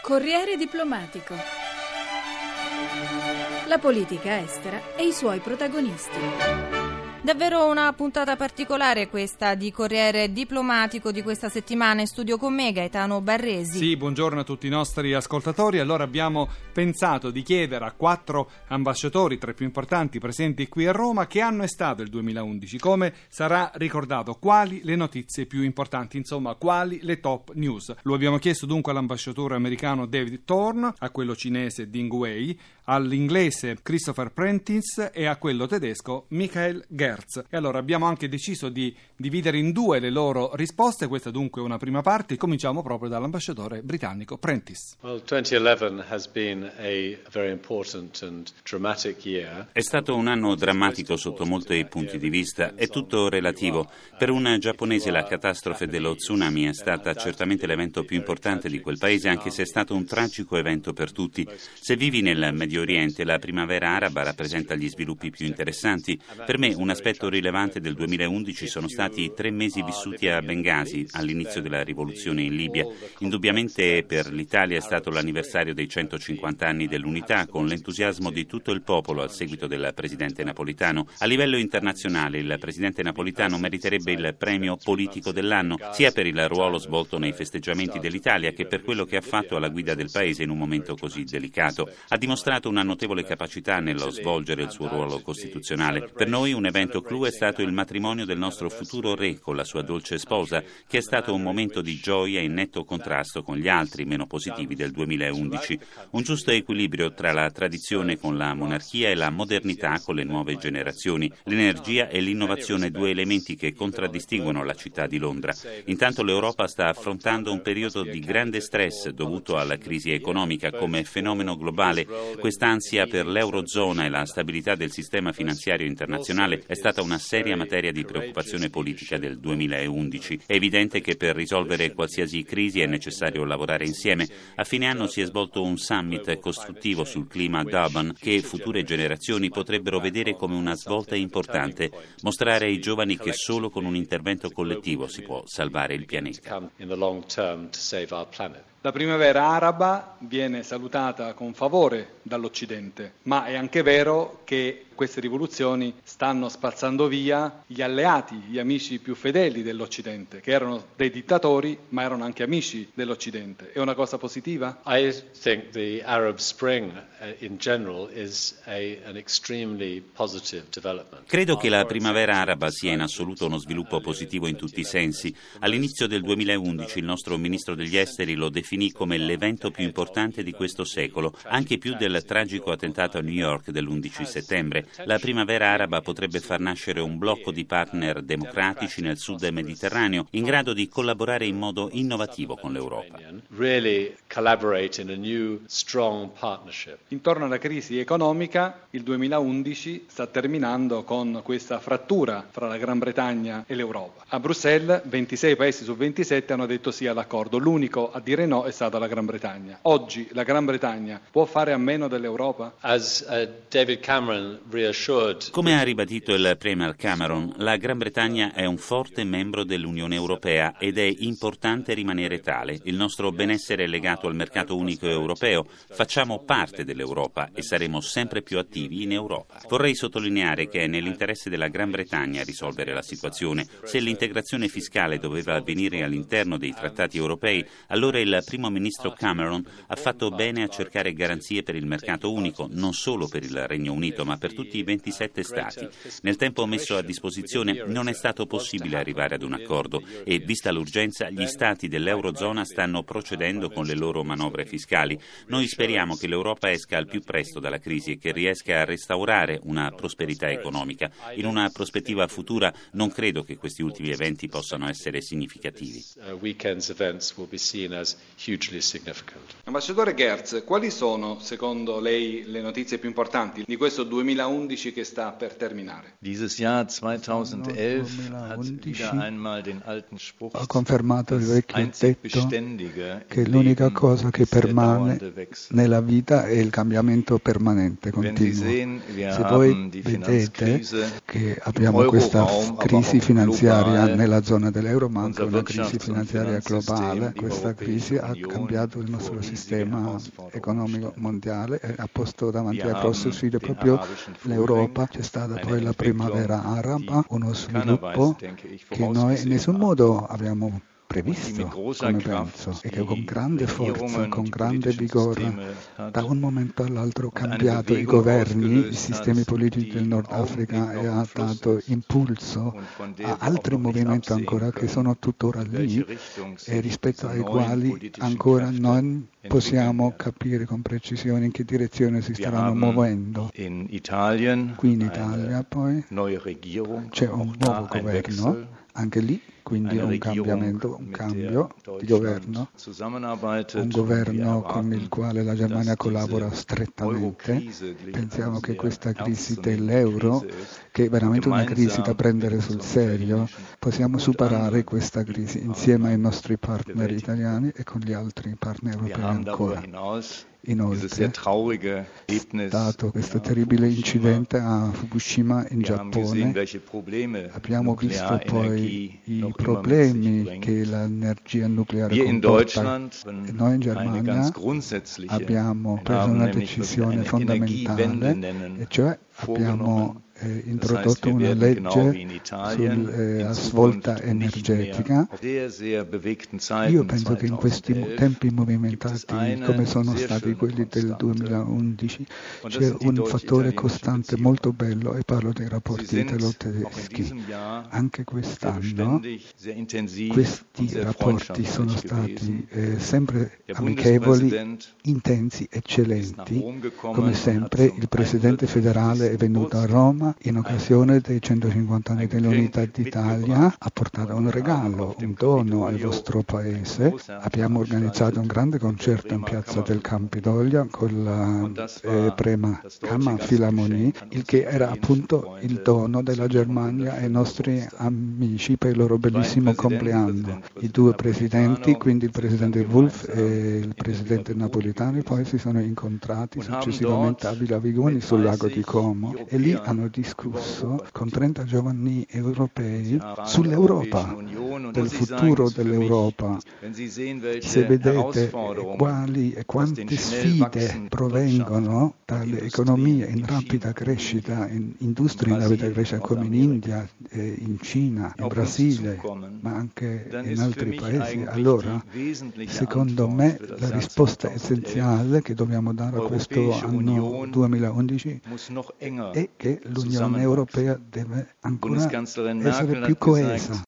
Corriere diplomatico. La politica estera e i suoi protagonisti. Davvero una puntata particolare questa di Corriere Diplomatico di questa settimana. In studio con me Gaetano Barresi. Sì, buongiorno a tutti i nostri ascoltatori. Allora abbiamo pensato di chiedere a 4 ambasciatori, tra i più importanti presenti qui a Roma, che anno è stato il 2011, come sarà ricordato, quali le notizie più importanti, insomma quali le top news. Lo abbiamo chiesto dunque all'ambasciatore americano David Thorne, a quello cinese Ding Wei, all'inglese Christopher Prentice e a quello tedesco Michael Gerz. E allora abbiamo anche deciso di dividere in 2 le loro risposte. Questa dunque è una prima parte. Cominciamo proprio dall'ambasciatore britannico Prentice. Well, 2011 has been a very important and dramatic year. È stato un anno drammatico sotto molti punti di vista, è tutto relativo. Per un giapponese la catastrofe dello tsunami è stata certamente l'evento più importante di quel paese, anche se è stato un tragico evento per tutti. Se vivi nel Medio Oriente, la primavera araba rappresenta gli sviluppi più interessanti. Per me un aspetto rilevante del 2011 sono stati i 3 mesi vissuti a Bengasi, all'inizio della rivoluzione in Libia. Indubbiamente per l'Italia è stato l'anniversario dei 150 anni dell'unità, con l'entusiasmo di tutto il popolo al seguito del presidente Napolitano. A livello internazionale il presidente Napolitano meriterebbe il premio politico dell'anno, sia per il ruolo svolto nei festeggiamenti dell'Italia che per quello che ha fatto alla guida del paese in un momento così delicato. Ha dimostrato una notevole capacità nello svolgere il suo ruolo costituzionale. Per noi un evento clou è stato il matrimonio del nostro futuro re con la sua dolce sposa, che è stato un momento di gioia in netto contrasto con gli altri meno positivi del 2011. Un giusto equilibrio tra la tradizione con la monarchia e la modernità con le nuove generazioni. L'energia e l'innovazione, 2 elementi che contraddistinguono la città di Londra. Intanto l'Europa sta affrontando un periodo di grande stress dovuto alla crisi economica come fenomeno globale. Quest'ansia per l'Eurozona e la stabilità del sistema finanziario internazionale è stata una seria materia di preoccupazione politica del 2011. È evidente che per risolvere qualsiasi crisi è necessario lavorare insieme. A fine anno si è svolto un summit costruttivo sul clima a Durban che future generazioni potrebbero vedere come una svolta importante, mostrare ai giovani che solo con un intervento collettivo si può salvare il pianeta. La primavera araba viene salutata con favore dall'Occidente, ma è anche vero che queste rivoluzioni stanno spazzando via gli alleati, gli amici più fedeli dell'Occidente, che erano dei dittatori, ma erano anche amici dell'Occidente. È una cosa positiva? I think the Arab Spring in general is an extremely positive development. Credo che la primavera araba sia in assoluto uno sviluppo positivo in tutti i sensi. All'inizio del 2011 il nostro ministro degli esteri lo definì come l'evento più importante di questo secolo, anche più del tragico attentato a New York dell'11 settembre. La primavera araba potrebbe far nascere un blocco di partner democratici nel sud mediterraneo in grado di collaborare in modo innovativo con l'Europa. Intorno alla crisi economica, il 2011 sta terminando con questa frattura fra la Gran Bretagna e l'Europa. A Bruxelles 26 paesi su 27 hanno detto sì all'accordo, l'unico a dire no è stata la Gran Bretagna. Oggi la Gran Bretagna può fare a meno dell'Europa? David Cameron Come ha ribadito il Premier Cameron, la Gran Bretagna è un forte membro dell'Unione Europea ed è importante rimanere tale. Il nostro benessere è legato al mercato unico europeo. Facciamo parte dell'Europa e saremo sempre più attivi in Europa. Vorrei sottolineare che è nell'interesse della Gran Bretagna risolvere la situazione. Se l'integrazione fiscale doveva avvenire all'interno dei trattati europei, allora il primo ministro Cameron ha fatto bene a cercare garanzie per il mercato unico, non solo per il Regno Unito, ma per tutti i 27 Stati. Nel tempo messo a disposizione non è stato possibile arrivare ad un accordo e, vista l'urgenza, gli Stati dell'Eurozona stanno procedendo con le loro manovre fiscali. Noi speriamo che l'Europa esca al più presto dalla crisi e che riesca a restaurare una prosperità economica. In una prospettiva futura non credo che questi ultimi eventi possano essere significativi. Ambasciatore Gerz, quali sono secondo lei le notizie più importanti di questo 2011 2011 che sta per terminare. Dieses Jahr 2011 hat wieder einmal den alten Spruch, ha confermato il vecchio einzig detto Beständige che im l'unica Leben cosa che ist der permane dauernde Wechsel. nella vita è il cambiamento permanente, Wenn Sie continuo. sehen, wir Se voi haben die vedete Finanzkrise che im abbiamo questa Euroraum, aber crisi auch finanziaria global. nella zona dell'euro, ma anche Unser una crisi Wirtschafts- und finanziaria Finanzsystem, globale, die questa crisi Europäische ha Union cambiato il vor nostro riesige sistema Herausforderungen economico stellt. mondiale e ha posto davanti Wir a grosse haben sfide den proprio arabischen Frühling, l'Europa. C'è stata eine poi la Entwicklung, primavera araba, uno die in keiner sviluppo Weise, denke ich, che noi in vorausgesehen nessun haben. modo abbiamo Und die previsto, mit großer come Kraft penso, e che die con grande forza, Regierungen con und die grande politischen vigore, Systeme hat da un momento all'altro und eine cambiato i Bewegung governi, i ausgelöst sistemi hat, politici die del Nord im Africa Augenblick e noch ha im Fluss dato ist impulso und von der a wir auch altri noch nicht movimenti absehen ancora che können, sono tuttora in lì welche Richtung e sich rispetto diese ai neuen quali politischen ancora Kräfte non entwickeln possiamo werden. capire con precisione in che direzione si Wir staranno haben muovendo. in Italien Qui in eine Italia poi neue Regierung, c'è un auch da nuovo ein governo, Wechsel, anche lì quindi eine un Regierung, cambiamento, un mit cambio der di Deutschland governo, zusammenarbeitet. un Und wir governo con erwarten, il quale la Germania dass collabora diese strettamente. Eurokrise, die Pensiamo eine che sehr questa crisi ernstzunehmende dell'euro, Krise ist, che è veramente una crisi da gemeinsam prendere mit sul unserem serio, italienischen possiamo und superare anderen questa crisi EU-Partnern insieme ai nostri partner bewältigen italiani e con gli altri partner Wir europei haben darüber ancora. hinaus Inoltre, dieses sehr traurige Erlebnis dato questo in terribile Fukushima. incidente a Fukushima in Wir haben gesehen, Giappone, welche Probleme abbiamo visto Nuklearenergie poi i noch immer mit sich problemi bringt. che l'energia nucleare Wir in comporta. Deutschland E noi in eine Germania ganz grundsätzliche abbiamo preso haben una nämlich, was wir decisione eine fondamentale, Energiewende nennen, e cioè vorgenommen. abbiamo Das heißt, introdotto wir una werden genau wie legge in Italien sulla in svolta Zukunft nicht energetica. mehr auf sehr, sehr bewegten Zeiten Io penso che in questi 2011 tempi gibt movimentati es eine come sono sehr stati schöne quelli del Konstante. 2011 Und das c'è sind die un fattore deutsch-italienischen costante Beziehungen. molto bello e parlo dei Sie rapporti sind auch in italo-tedeschi. diesem Jahr Anche sehr quest'anno beständig, sehr intensiv und questi sehr rapporti sono freundschaftlich stati gewesen. sempre Der amichevoli, Bundespräsident intensi, ist nach eccellenti. Rom gekommen Come und sempre hat zum il presidente 150. federale è venuto a Roma in occasione dei 150 anni dell'Unità d'Italia, ha portato un regalo, un dono al vostro paese. Abbiamo organizzato un grande concerto in piazza del Campidoglio con la Prema Kammer Philharmonie, il che era appunto il dono della Germania ai nostri amici per il loro bellissimo compleanno. I due presidenti, quindi il presidente Wulff e il presidente Napolitano, poi si sono incontrati successivamente a Villa Vigoni sul lago di Como e lì hanno discusso con 30 giovani europei sull'Europa, del futuro dell'Europa. Se vedete quali e quante sfide provengono dalle economie in rapida crescita, in industrie in rapida crescita come in India, in Cina, in Brasile, ma anche in altri paesi, allora secondo me la risposta essenziale che dobbiamo dare a questo anno 2011 è che l'Unione Europea deve ancora essere più coesa.